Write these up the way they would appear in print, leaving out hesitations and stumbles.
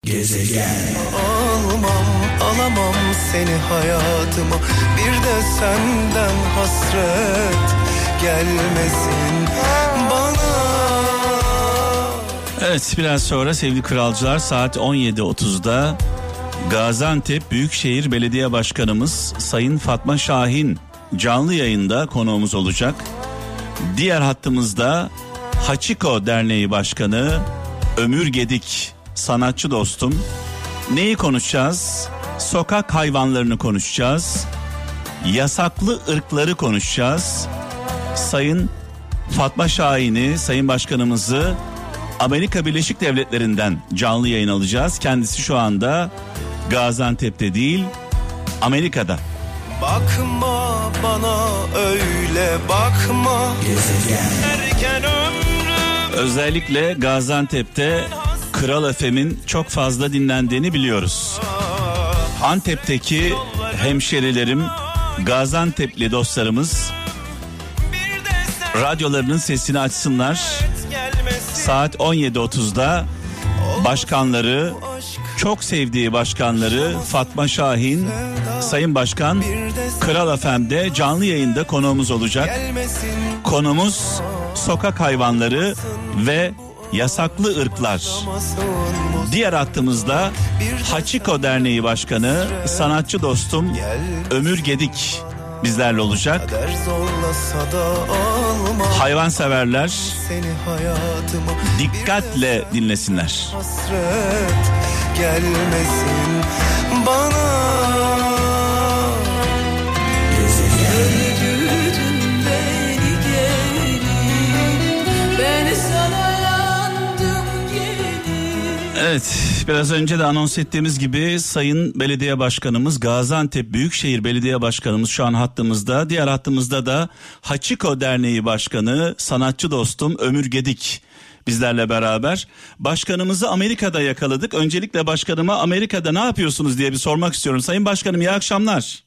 Gezegen. Alamam seni hayatıma, bir de senden hasret gelmesin bana. Evet, biraz sonra sevgili kralcılar saat 17.30'da Gaziantep Büyükşehir Belediye Başkanımız Sayın Fatma Şahin canlı yayında konuğumuz olacak. Diğer hattımızda Hachiko Derneği Başkanı Ömür Gedik, sanatçı dostum. Neyi konuşacağız? Sokak hayvanlarını konuşacağız. Yasaklı ırkları konuşacağız. Sayın Fatma Şahin'i, Sayın Başkanımızı Amerika Birleşik Devletleri'nden canlı yayın alacağız. Kendisi şu anda Gaziantep'te değil, Amerika'da. Bakma bana öyle bakma. Özellikle Gaziantep'te Kral FM'in çok fazla dinlendiğini biliyoruz. Antep'teki hemşerilerim, Gaziantep'li dostlarımız radyolarının sesini açsınlar. Saat 17.30'da başkanları, çok sevdiği başkanları Fatma Şahin, Sayın Başkan Kral FM'de canlı yayında konuğumuz olacak. Konumuz sokak hayvanları ve yasaklı ırklar. Diğer hattımızda Hachiko Derneği Başkanı, sanatçı dostum Ömür Gedik bizlerle olacak. Hayvanseverler dikkatle dinlesinler. Gelmesin bana. Evet, biraz önce de anons ettiğimiz gibi Sayın Belediye Başkanımız, Gaziantep Büyükşehir Belediye Başkanımız şu an hattımızda. Diğer hattımızda da Hachiko Derneği Başkanı, sanatçı dostum Ömür Gedik bizlerle beraber. Başkanımızı Amerika'da yakaladık. Öncelikle başkanıma Amerika'da ne yapıyorsunuz diye bir sormak istiyorum. Sayın Başkanım, iyi akşamlar.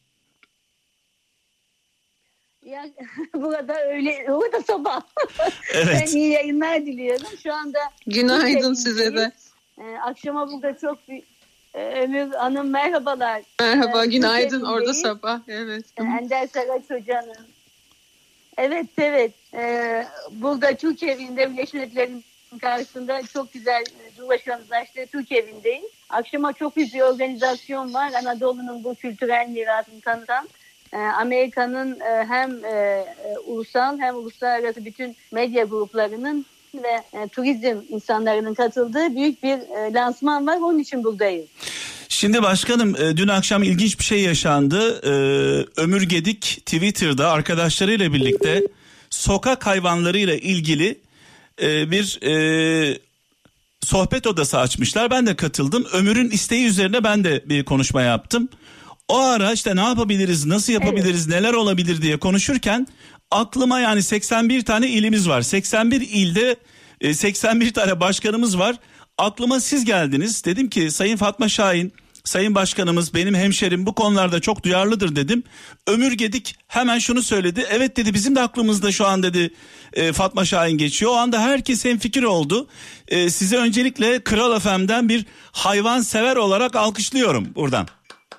Ya, burada sabah. Evet. Ben iyi yayınlar diliyorum. Şu anda günaydın size de. Akşama burada çok Ömür Hanım merhabalar. Merhaba, günaydın orada sabah. Evet. Ender Saraç Hoca'nın. Evet. Burada Türk evinde Birleşik Milletler'in karşısında çok güzel Cumhurbaşkanımızın açtığı Türk evindeyiz. Akşama çok büyük bir organizasyon var. Anadolu'nun bu kültürel mirasını tanıtan. Amerika'nın hem ulusal hem uluslararası bütün medya gruplarının ve turizm insanlarının katıldığı büyük bir lansman var. Onun için buradayız. Şimdi başkanım, dün akşam ilginç bir şey yaşandı. Ömür Gedik Twitter'da arkadaşlarıyla birlikte sokak hayvanlarıyla ilgili bir sohbet odası açmışlar. Ben de katıldım. Ömür'ün isteği üzerine ben de bir konuşma yaptım. O ara işte ne yapabiliriz, nasıl yapabiliriz, neler olabilir diye konuşurken aklıma, yani 81 tane ilimiz var. 81 ilde 81 tane başkanımız var. Aklıma siz geldiniz. Dedim ki Sayın Fatma Şahin, Sayın Başkanımız benim hemşerim, bu konularda çok duyarlıdır dedim. Ömür Gedik hemen şunu söyledi. Evet dedi, bizim de aklımızda şu an dedi Fatma Şahin geçiyor. O anda herkes hemfikir oldu. Size öncelikle Kral FM'den bir hayvan sever olarak alkışlıyorum buradan.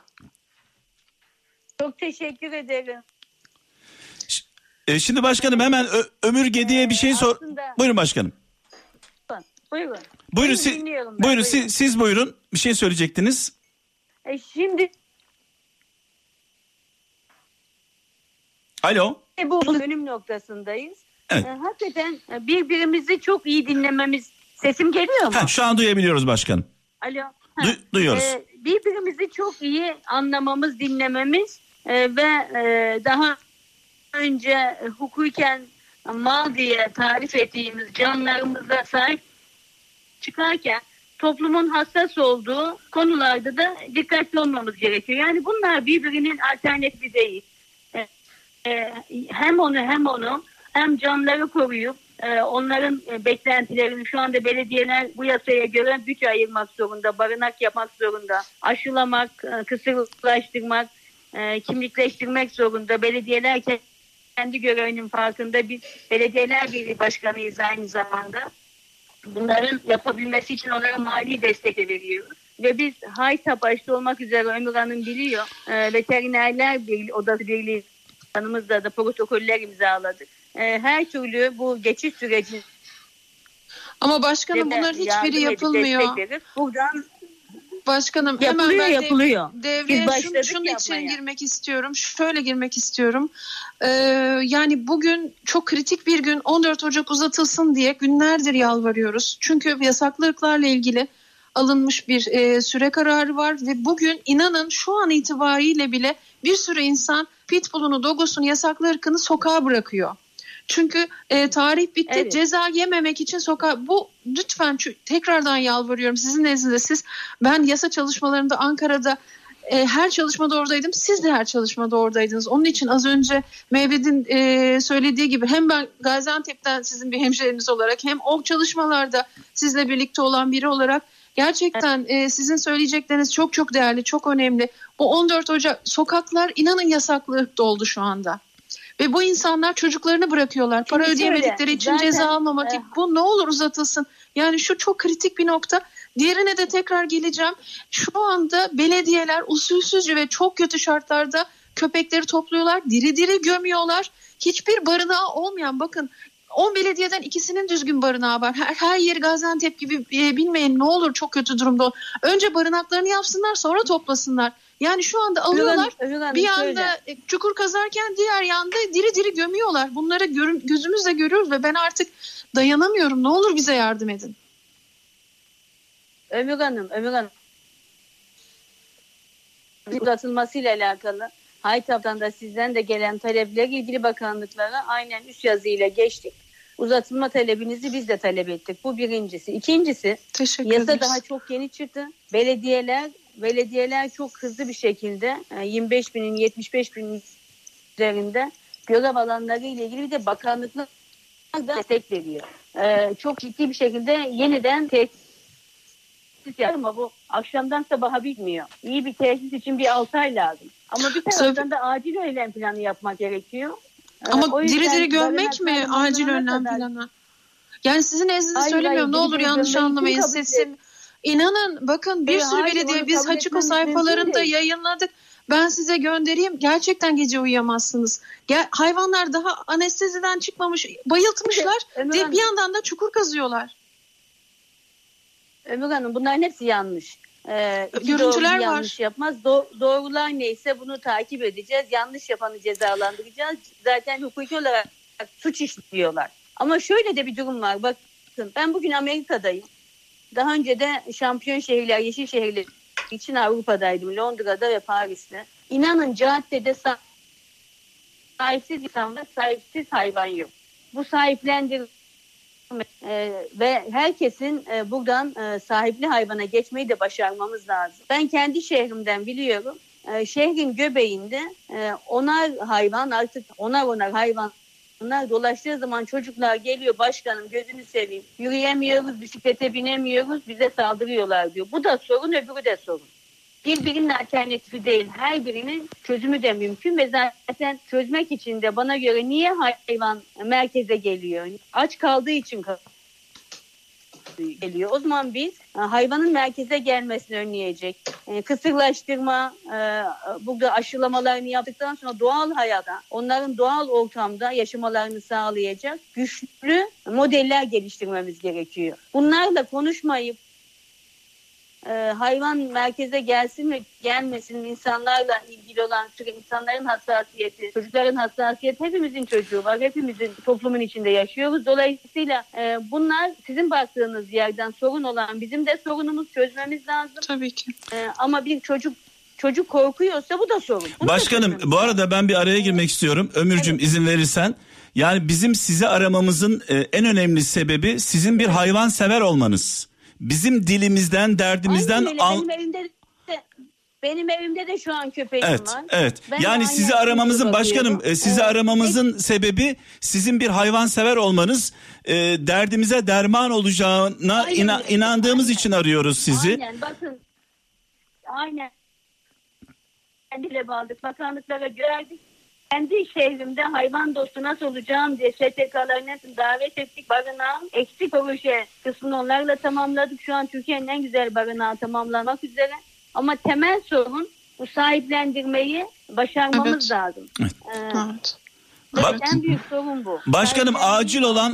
Çok teşekkür ederim. Şimdi başkanım hemen Ömür Gedik'e bir şey sor. Buyurun başkanım. Buyurun siz buyurun. Bir şey söyleyecektiniz. Şimdi alo. Bu dönüm noktasındayız. Evet. Hakikaten birbirimizi çok iyi dinlememiz. Sesim geliyor mu? Şu an duyabiliyoruz başkanım. Alo. Duyuyoruz. Birbirimizi çok iyi anlamamız, dinlememiz ve daha önce hukuken mal diye tarif ettiğimiz canlarımıza sahip çıkarken toplumun hassas olduğu konularda da dikkatli olmamız gerekiyor. Yani bunlar birbirinin alternatifi değil. Hem onu hem canları koruyup onların beklentilerini şu anda belediyeler bu yasaya göre bütçe ayırmak zorunda, barınak yapmak zorunda, aşılamak, kısırlaştırmak, kimlikleştirmek zorunda. Belediyeler kendi görevinin farkında, biz belediyeler birliği başkanıyız aynı zamanda. Bunların yapabilmesi için onlara mali destek veriyoruz. Ve biz Haytap başta olmak üzere Ömür Hanım biliyor. Veterinerler Odası Birliği yanımızda da protokoller imzaladık. Her türlü bu geçiş süreci. Ama başkanım bunların hiçbiri yapılmıyor. Buradan başkanım yapılıyor, hemen ben yapılıyor. devreye şunun için girmek istiyorum. Şöyle girmek istiyorum. Yani bugün çok kritik bir gün, 14 Ocak uzatılsın diye günlerdir yalvarıyoruz. Çünkü yasaklı ırklarla ilgili alınmış bir süre kararı var ve bugün inanın şu an itibariyle bile bir sürü insan pitbull'unu, dogosunu, yasaklı ırkını sokağa bırakıyor. Çünkü tarih bitti. Evet. Ceza yememek için bu lütfen tekrardan yalvarıyorum sizin nezdinizde. Ben yasa çalışmalarında Ankara'da her çalışmada oradaydım. Siz de her çalışmada oradaydınız. Onun için az önce Mevlid'in söylediği gibi hem ben Gaziantep'ten sizin bir hemşehriniz olarak hem o çalışmalarda sizle birlikte olan biri olarak gerçekten sizin söyleyecekleriniz çok çok değerli, çok önemli. Bu 14 Ocak sokaklar inanın yasaklı ırk doldu şu anda. Ve bu insanlar çocuklarını bırakıyorlar. Para ödeyemedikleri için zaten, ceza almamak. Bu ne olur uzatılsın. Yani şu çok kritik bir nokta. Diğerine de tekrar geleceğim. Şu anda belediyeler usulsüzce ve çok kötü şartlarda köpekleri topluyorlar. Diri diri gömüyorlar. Hiçbir barınağı olmayan, bakın 10 belediyeden ikisinin düzgün barınağı var. Her yeri Gaziantep gibi bilmeyin, ne olur çok kötü durumda. Önce barınaklarını yapsınlar, sonra toplasınlar. Yani şu anda alıyorlar, bir yanda çukur kazarken diğer yanda diri diri gömüyorlar. Bunları gözümüzle görüyoruz ve ben artık dayanamıyorum. Ne olur bize yardım edin. Ömür Hanım. Uzatılmasıyla alakalı Haytap'tan da sizden de gelen talepler ilgili bakanlıklara aynen üst yazıyla geçtik. Uzatılma talebinizi biz de talep ettik. Bu birincisi. İkincisi, yasa daha çok yeni çıktı. Belediyeler çok hızlı bir şekilde 25 binin 75 binin üzerinde görev alanları ile ilgili bir de bakanlıklar da destek veriyor. Çok ciddi bir şekilde yeniden tesis yapıyor ama bu akşamdan sabaha bitmiyor. İyi bir tesis için bir 6 ay lazım. Ama bir taraftan da acil eylem planı yapmak gerekiyor. Ama diri diri gömmek mi acil önlem planı? Yani sizin nezdinizde söylemiyorum. Ne olur yanlış anlamayın. Sesim. İnanın bakın bir sürü belediye biz Hachiko sayfalarında yayınladık. Ben size göndereyim. Gerçekten gece uyuyamazsınız. Hayvanlar daha anesteziden çıkmamış. Bayıltmışlar. Bir yandan da çukur kazıyorlar. Ömür Hanım bunların hepsi yanlış. Görüntüler var. Yanlış yapmaz. Doğrular neyse bunu takip edeceğiz. Yanlış yapanı cezalandıracağız. Zaten hukuki olarak suç işliyorlar. Ama şöyle de bir durum var. Bakın ben bugün Amerika'dayım. Daha önce de şampiyon şehirler, yeşil şehirler için Avrupa'daydım. Londra'da ve Paris'te. İnanın caddede sahipsiz insan ve sahipsiz hayvan yok. Bu sahiplendirme ve herkesin buradan sahipli hayvana geçmeyi de başarmamız lazım. Ben kendi şehrimden biliyorum. Şehrin göbeğinde onar hayvan, artık onar hayvanlar dolaştığı zaman çocuklar geliyor, başkanım gözünü seveyim, yürüyemiyoruz, bisiklete binemiyoruz, bize saldırıyorlar diyor. Bu da sorun, öbürü de sorun. Birbirinin alternatifi değil, her birinin çözümü de mümkün ve zaten çözmek için de bana göre niye hayvan merkeze geliyor? Aç kaldığı için geliyor. O zaman biz hayvanın merkeze gelmesini önleyecek, kısırlaştırma, burada aşılamalarını yaptıktan sonra doğal hayata, onların doğal ortamda yaşamalarını sağlayacak güçlü modeller geliştirmemiz gerekiyor. Bunlarla konuşmayıp hayvan merkeze gelsin ve gelmesin, insanlarla ilgili olan insanların hassasiyeti, çocukların hassasiyeti, hepimizin çocuğu var, hepimizin toplumun içinde yaşıyoruz. Dolayısıyla bunlar sizin baktığınız yerden sorun olan bizim de sorunumuz, çözmemiz lazım. Tabii ki. Ama bir çocuk korkuyorsa bu da sorun. Başkanım bu arada ben bir araya girmek istiyorum. Ömürcüm evet. İzin verirsen. Yani bizim sizi aramamızın en önemli sebebi sizin bir hayvansever olmanız. Bizim dilimizden, derdimizden... Benim evimde de şu an köpeğim var. Evet. Yani sizi aramamızın başkanım, sizi aramamızın sebebi sizin bir hayvansever olmanız, derdimize derman olacağına inandığımız için arıyoruz sizi. Aynen. Bakın. Aynen. Kendiyle bağladık. Bakanlıklara gördik. Kendi şehrimde hayvan dostu nasıl olacağım diye STK'larına davet ettik. Barınağın eksik proje kısmını onlarla tamamladık. Şu an Türkiye'nin en güzel barınağı tamamlanmak üzere. Ama temel sorun bu sahiplendirmeyi başarmamız lazım. Evet. En büyük sorun bu. Başkanım acil olan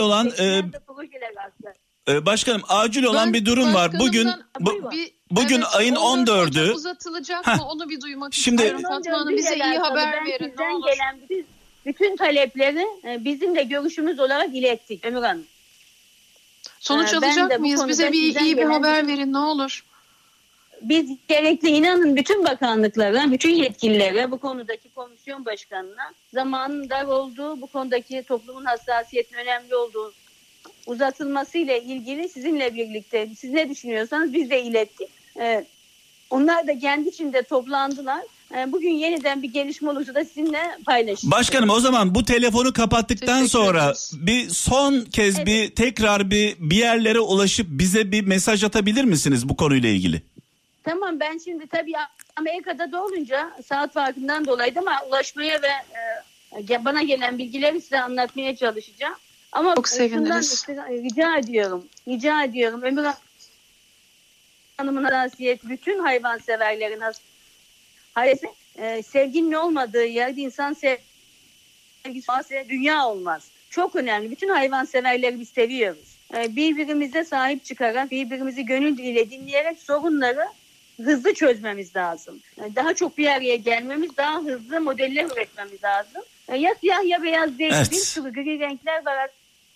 başkanım acil olan bir durum var. Bugün ayın 14'ü uzatılacak mı? Onu bir duymak şimdi istiyorum. Fatma Hanım bize iyi haber verin. Bizden gelen bütün talepleri bizimle görüşümüz olarak ilettik Ömür Hanım. Sonuç alacak mıyız? Bize iyi bir haber verin ne olur. Biz gerekli inanın bütün bakanlıklara, bütün yetkililere, bu konudaki komisyon başkanına zamanın dar olduğu, bu konudaki toplumun hassasiyetinin önemli olduğu uzatılmasıyla ilgili sizinle birlikte siz ne düşünüyorsanız biz de ilettik. Onlar da kendi içinde toplandılar. Bugün yeniden bir gelişme olursa da sizinle paylaşacağız. Başkanım o zaman bu telefonu kapattıktan sonra bir son kez tekrar bir yerlere ulaşıp bize bir mesaj atabilir misiniz bu konuyla ilgili? Tamam, ben şimdi tabii Amerika'da da olunca saat farkından dolayı da ama ulaşmaya ve bana gelen bilgileri size anlatmaya çalışacağım. Ama çok seviniriz. Rica ediyorum Ömür Hanım'ın hassasiyet, bütün hayvanseverlerin hassasiyet, sevginin olmadığı yerde insan sevgisi dünya olmaz. Çok önemli. Bütün hayvanseverleri biz seviyoruz. Birbirimize sahip çıkarak, birbirimizi gönül ile dinleyerek sorunları hızlı çözmemiz lazım. Daha çok bir araya gelmemiz, daha hızlı modeller üretmemiz lazım. Ya siyah ya beyaz değil, bir sürü gri renkler var.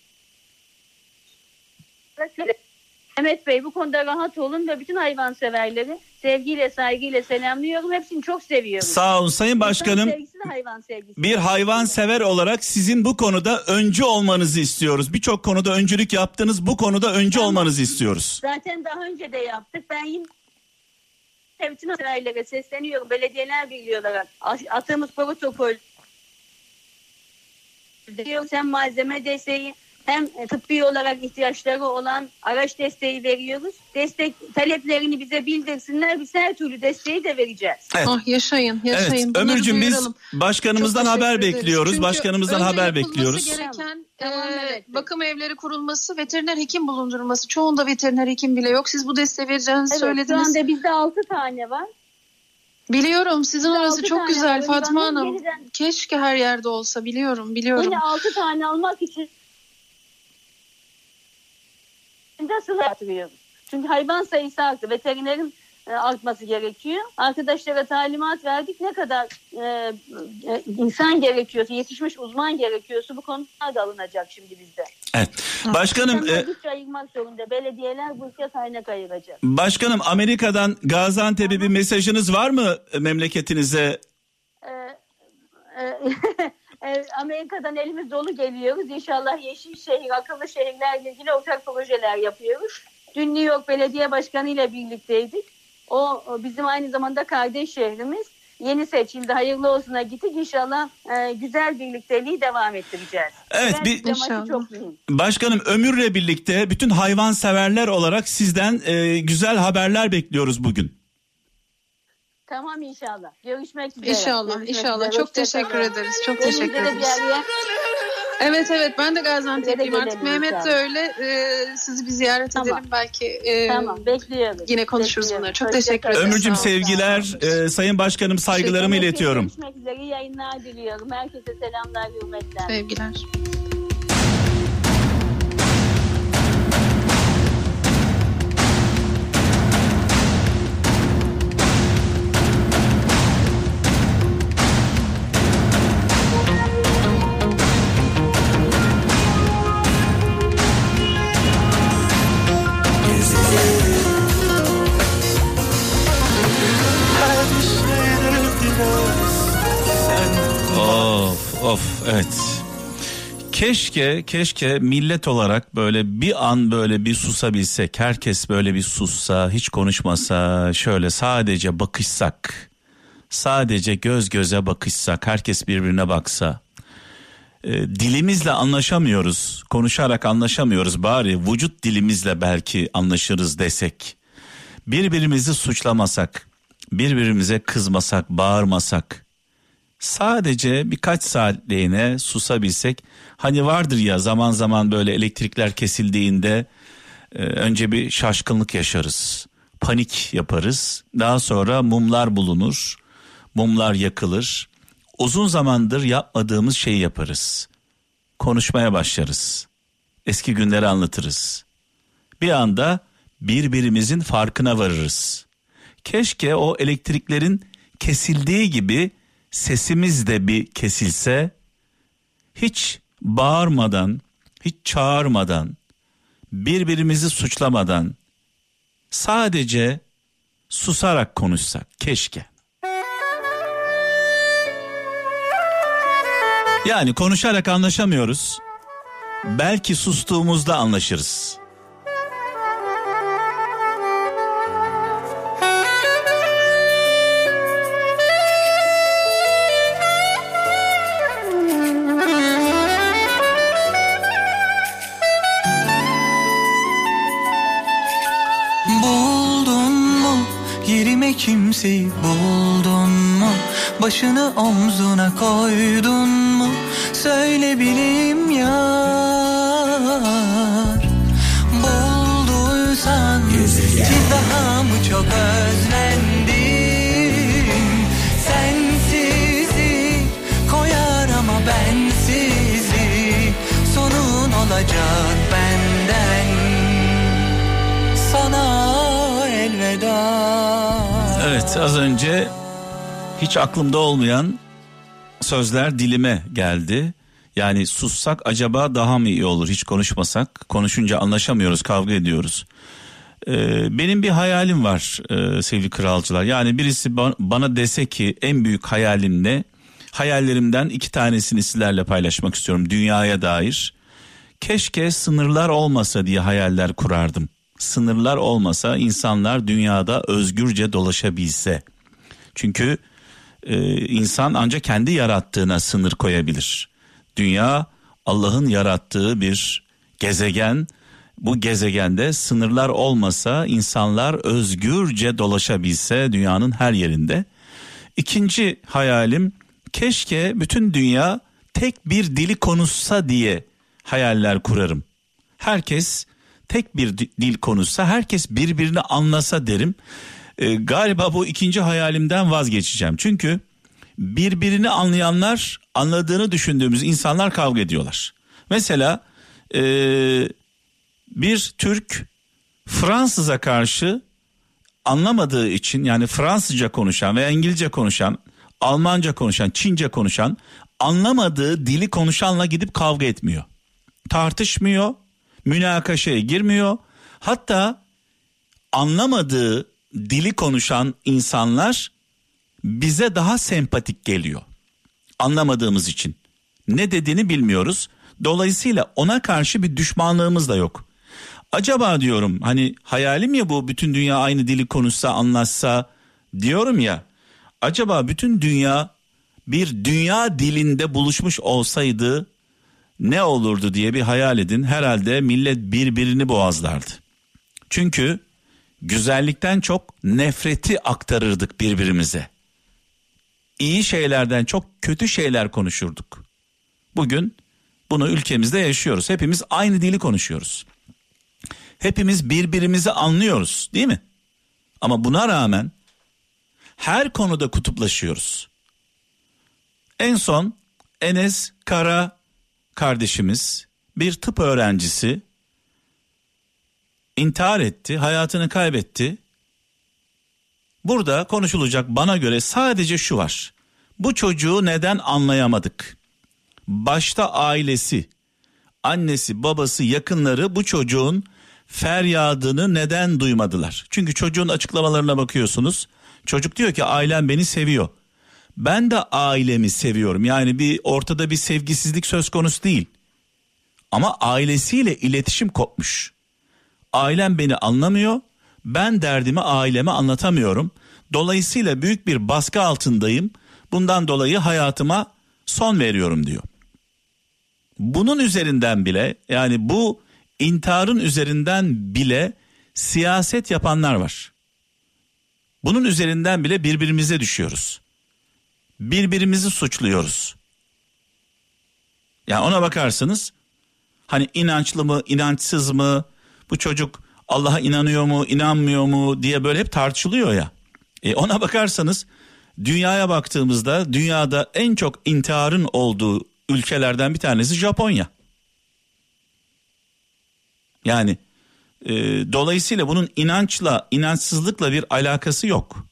Mehmet Bey, bu konuda rahat olun ve bütün hayvanseverleri sevgiyle, saygıyla selamlıyorum. Hepsini çok seviyorum. Sağ olun Sayın Başkanım. Bir hayvansever olarak sizin bu konuda öncü olmanızı istiyoruz. Birçok konuda öncülük yaptınız. Bu konuda öncü olmanızı istiyoruz. Zaten daha önce de yaptık. Ben yine bütün hayvanseverlere sesleniyorum. Belediyeler Birliği olarak attığımız protokol hem malzeme desteği hem tıbbi olarak ihtiyaçları olan araç desteği veriyoruz. Destek taleplerini bize bildirsinler. Biz her türlü desteği de vereceğiz. Evet. Yaşayın. Evet. Ömürcüğüm biz başkanımızdan haber bekliyoruz. Çünkü başkanımızdan haber bekliyoruz. Gereken bakım evleri kurulması, veteriner hekim bulundurulması. Çoğunda veteriner hekim bile yok. Siz bu desteği vereceğinizi söylediniz. Şu anda bizde 6 tane var. Biliyorum sizin orası çok güzel Fatma Hanım. Keşke her yerde olsa, biliyorum. Yine 6 tane almak için nasıl atıyoruz? Çünkü hayvan sayısı arttı. Veterinerin artması gerekiyor. Arkadaşlara talimat verdik. Ne kadar insan gerekiyorsa, yetişmiş uzman gerekiyorsa bu konular da alınacak şimdi bizde. Evet. Başkanım bütçe ayırmak zorunda. Belediyeler bu işe kaynak ayıracak. Başkanım, Amerika'dan Gaziantep'e bir mesajınız var mı memleketinize? Amerika'dan elimiz dolu geliyoruz. İnşallah yeşil şehir, akıllı şehirlerle ilgili ortak projeler yapıyoruz. Dün New York Belediye Başkanı ile birlikteydik. O bizim aynı zamanda kardeş şehrimiz. Yeni seçildi. Hayırlı olsuna gittik. İnşallah güzel birlikteliği devam ettireceğiz. Evet, Başkanım, Ömür'le birlikte bütün hayvanseverler olarak sizden güzel haberler bekliyoruz bugün. Tamam, inşallah. Görüşmek üzere. İnşallah. Çok teşekkür ederiz. Çok teşekkür ederiz. Evet, ben de Gaziantep'liyim artık. Mehmet de öyle. Sizi bir ziyaret edelim belki. Tamam, bekliyoruz. Yine konuşuruz bunları. Çok teşekkür ederim. Ömürcüğüm, sevgiler. Sayın Başkanım, saygılarımı iletiyorum. Görüşmek üzere. İyi yayınlar diliyorum. Herkese selamlar, hürmetler. Sevgiler. Of, evet. Keşke millet olarak böyle bir an böyle bir susabilsek. Herkes böyle bir sussa, hiç konuşmasa, şöyle sadece bakışsak. Sadece göz göze bakışsak, herkes birbirine baksa. Dilimizle anlaşamıyoruz, konuşarak anlaşamıyoruz, bari vücut dilimizle belki anlaşırız desek. Birbirimizi suçlamasak, birbirimize kızmasak, bağırmasak. sadece birkaç saatliğine susabilsek. Hani vardır ya, zaman zaman böyle elektrikler kesildiğinde önce bir şaşkınlık yaşarız, panik yaparız, daha sonra mumlar bulunur, mumlar yakılır, uzun zamandır yapmadığımız şeyi yaparız, konuşmaya başlarız, eski günleri anlatırız, bir anda birbirimizin farkına varırız. Keşke o elektriklerin kesildiği gibi sesimiz de bir kesilse, hiç bağırmadan, hiç çağırmadan, birbirimizi suçlamadan, sadece susarak konuşsak keşke. Yani konuşarak anlaşamıyoruz, belki sustuğumuzda anlaşırız. Kimseyi buldun mu? Başını omzuna koydun mu? Söyle bileyim yar. Bulduysan ki daha mı çok özlendim? Sensizi koyar ama bensizi, sonun olacak benden sana elveda. Evet, az önce hiç aklımda olmayan sözler dilime geldi. Yani sussak acaba daha mı iyi olur, hiç konuşmasak? Konuşunca anlaşamıyoruz, kavga ediyoruz. Benim bir hayalim var sevgili kralcılar. Yani birisi bana dese ki en büyük hayalim ne? Hayallerimden 2 tanesini sizlerle paylaşmak istiyorum dünyaya dair. Keşke sınırlar olmasa diye hayaller kurardım. Sınırlar olmasa, insanlar dünyada özgürce dolaşabilse. Çünkü insan ancak kendi yarattığına sınır koyabilir. Dünya Allah'ın yarattığı bir gezegen. Bu gezegende sınırlar olmasa, insanlar özgürce dolaşabilse dünyanın her yerinde. İkinci hayalim, keşke bütün dünya tek bir dili konuşsa diye hayaller kurarım. Herkes tek bir dil konuşsa, herkes birbirini anlasa derim. Galiba bu ikinci hayalimden vazgeçeceğim. Çünkü birbirini anlayanlar, anladığını düşündüğümüz insanlar kavga ediyorlar. Mesela bir Türk Fransız'a karşı anlamadığı için, yani Fransızca konuşan veya İngilizce konuşan, Almanca konuşan, Çince konuşan, anlamadığı dili konuşanla gidip kavga etmiyor. Tartışmıyor, münakaşaya girmiyor. Hatta anlamadığı dili konuşan insanlar bize daha sempatik geliyor. Anlamadığımız için. Ne dediğini bilmiyoruz. Dolayısıyla ona karşı bir düşmanlığımız da yok. Acaba diyorum, hani hayalim ya bu, bütün dünya aynı dili konuşsa, anlaşsa diyorum ya. Acaba bütün dünya bir dünya dilinde buluşmuş olsaydı ne olurdu diye bir hayal edin. Herhalde millet birbirini boğazlardı. Çünkü güzellikten çok nefreti aktarırdık birbirimize. İyi şeylerden çok kötü şeyler konuşurduk. Bugün bunu ülkemizde yaşıyoruz. Hepimiz aynı dili konuşuyoruz. Hepimiz birbirimizi anlıyoruz, değil mi? Ama buna rağmen her konuda kutuplaşıyoruz. En son Enes Kara kardeşimiz, bir tıp öğrencisi, intihar etti, hayatını kaybetti. Burada konuşulacak bana göre sadece şu var: bu çocuğu neden anlayamadık? Başta ailesi, annesi, babası, yakınları bu çocuğun feryadını neden duymadılar? Çünkü çocuğun açıklamalarına bakıyorsunuz. Çocuk diyor ki ailem beni seviyor. Ben de ailemi seviyorum. Yani ortada bir sevgisizlik söz konusu değil. Ama ailesiyle iletişim kopmuş. Ailem beni anlamıyor. Ben derdimi aileme anlatamıyorum. Dolayısıyla büyük bir baskı altındayım. Bundan dolayı hayatıma son veriyorum diyor. Bunun üzerinden bile, yani bu intiharın üzerinden bile siyaset yapanlar var. Bunun üzerinden bile birbirimize düşüyoruz. birbirimizi suçluyoruz. Yani ona bakarsınız, hani inançlı mı, inançsız mı, bu çocuk Allah'a inanıyor mu, inanmıyor mu diye böyle hep tartışılıyor ya. Ona bakarsanız dünyaya baktığımızda dünyada en çok intiharın olduğu ülkelerden bir tanesi Japonya. Yani dolayısıyla bunun inançla, inançsızlıkla bir alakası yok.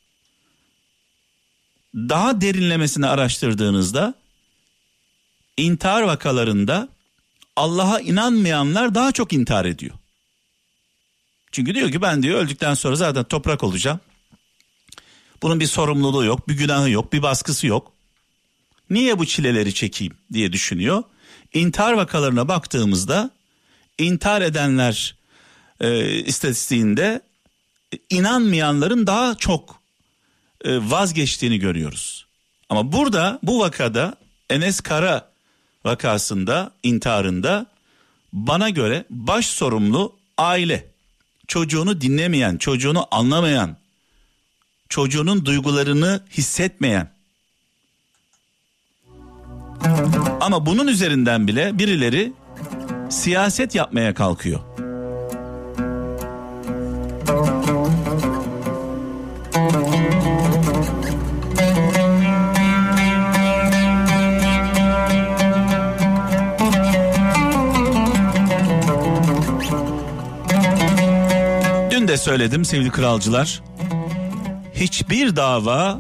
Daha derinlemesine araştırdığınızda intihar vakalarında Allah'a inanmayanlar daha çok intihar ediyor. Çünkü diyor ki ben diyor öldükten sonra zaten toprak olacağım. Bunun bir sorumluluğu yok, bir günahı yok, bir baskısı yok. Niye bu çileleri çekeyim diye düşünüyor. İntihar vakalarına baktığımızda intihar edenler istatistiğinde inanmayanların daha çok vazgeçtiğini görüyoruz. Ama burada bu vakada Enes Kara vakasında, intiharında bana göre baş sorumlu aile. Çocuğunu dinlemeyen, çocuğunu anlamayan, çocuğunun duygularını hissetmeyen. Ama bunun üzerinden bile birileri siyaset yapmaya kalkıyor. Dün de söyledim sevgili kralcılar. Hiçbir dava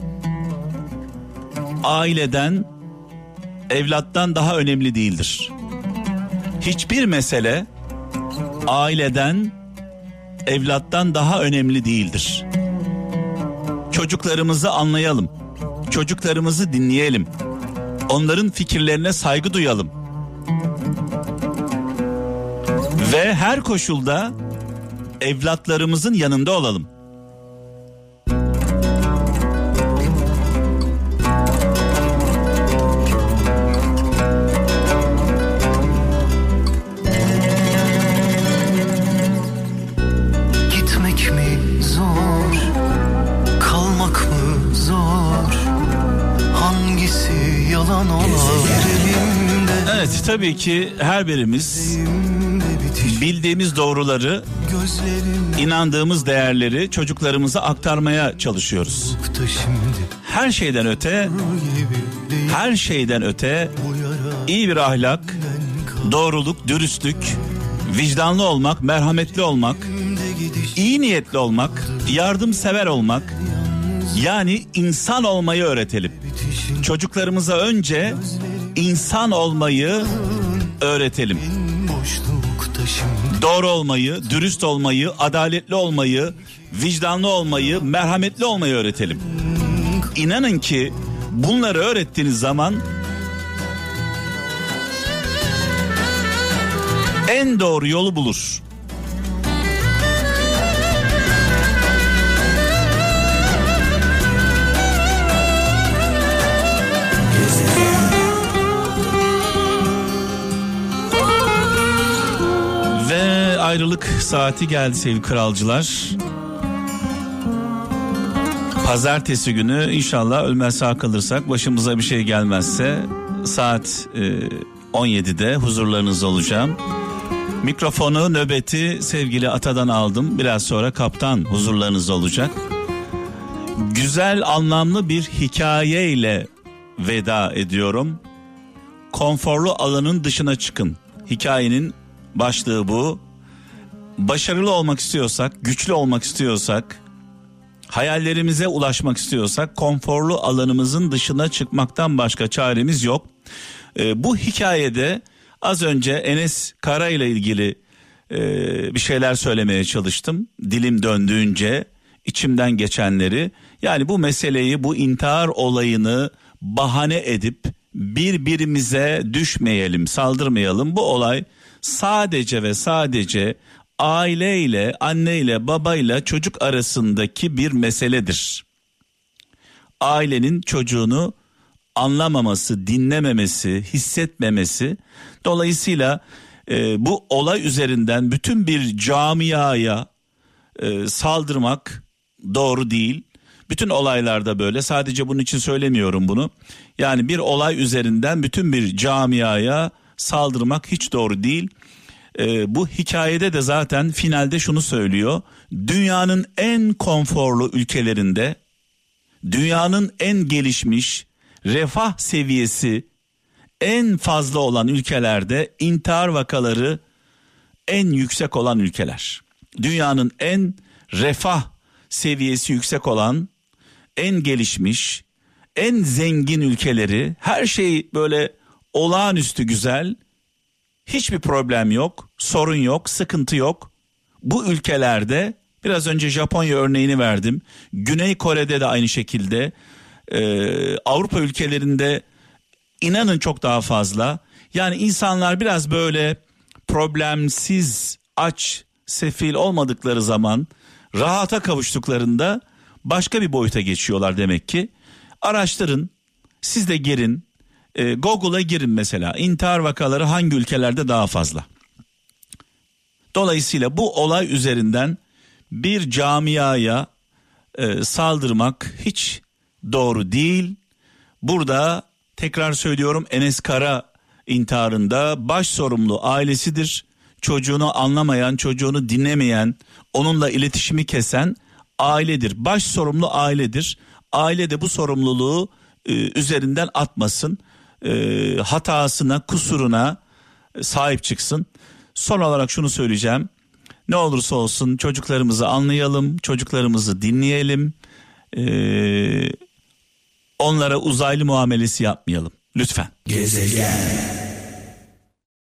aileden, evlattan daha önemli değildir. Hiçbir mesele aileden, evlattan daha önemli değildir. Çocuklarımızı anlayalım. Çocuklarımızı dinleyelim. Onların fikirlerine saygı duyalım. Ve her koşulda evlatlarımızın yanında olalım. Gitmek mi zor, kalmak mı zor, hangisi yalan olar? Evet, tabii ki her birimiz bildiğimiz doğruları, inandığımız değerleri çocuklarımıza aktarmaya çalışıyoruz. Her şeyden öte iyi bir ahlak, doğruluk, dürüstlük, vicdanlı olmak, merhametli olmak, iyi niyetli olmak, yardımsever olmak, yani insan olmayı öğretelim. Çocuklarımıza önce insan olmayı öğretelim. Doğru olmayı, dürüst olmayı, adaletli olmayı, vicdanlı olmayı, merhametli olmayı öğretelim. İnanın ki bunları öğrettiğiniz zaman en doğru yolu bulur. Ve ayrılık saati geldi sevgili kralcılar. Pazartesi günü inşallah ölmez sağ kalırsak, başımıza bir şey gelmezse saat 17'de huzurlarınızda olacağım. Mikrofonu, nöbeti sevgili Ata'dan aldım. Biraz sonra kaptan huzurlarınızda olacak. Güzel, anlamlı bir hikayeyle veda ediyorum. Konforlu alanın dışına çıkın. Hikayenin başlığı bu. Başarılı olmak istiyorsak, güçlü olmak istiyorsak, hayallerimize ulaşmak istiyorsak konforlu alanımızın dışına çıkmaktan başka çaremiz yok. Bu hikayede az önce Enes Kara ile ilgili bir şeyler söylemeye çalıştım. Dilim döndüğünce içimden geçenleri, yani bu meseleyi, bu intihar olayını bahane edip birbirimize düşmeyelim, saldırmayalım. Bu olay sadece ve sadece aileyle, anneyle, babayla çocuk arasındaki bir meseledir. Ailenin çocuğunu anlamaması, dinlememesi, hissetmemesi. Dolayısıyla bu olay üzerinden bütün bir camiaya saldırmak doğru değil. Bütün olaylarda böyle, sadece bunun için söylemiyorum bunu. Yani bir olay üzerinden bütün bir camiaya saldırmak hiç doğru değil. Bu hikayede de zaten finalde şunu söylüyor. Dünyanın en konforlu ülkelerinde, dünyanın en gelişmiş, refah seviyesi en fazla olan ülkelerde intihar vakaları en yüksek olan ülkeler. Dünyanın en refah seviyesi yüksek olan, en gelişmiş, en zengin ülkeleri, her şey böyle olağanüstü güzel, hiçbir problem yok, sorun yok, sıkıntı yok. Bu ülkelerde, biraz önce Japonya örneğini verdim, Güney Kore'de de aynı şekilde, Avrupa ülkelerinde inanın çok daha fazla. Yani insanlar biraz böyle problemsiz, aç, sefil olmadıkları zaman, rahata kavuştuklarında başka bir boyuta geçiyorlar demek ki. Araştırın, siz de girin, Google'a girin mesela, intihar vakaları hangi ülkelerde daha fazla. Dolayısıyla bu olay üzerinden bir camiaya saldırmak hiç doğru değil. Burada tekrar söylüyorum, Enes Kara intiharında baş sorumlu ailesidir. Çocuğunu anlamayan, çocuğunu dinlemeyen, onunla iletişimi kesen ailedir. Baş sorumlu ailedir. Aile de bu sorumluluğu üzerinden atmasın. Hatasına, kusuruna sahip çıksın. Son olarak şunu söyleyeceğim. Ne olursa olsun çocuklarımızı anlayalım, çocuklarımızı dinleyelim. Onlara uzaylı muamelesi yapmayalım. Lütfen. Gezegen.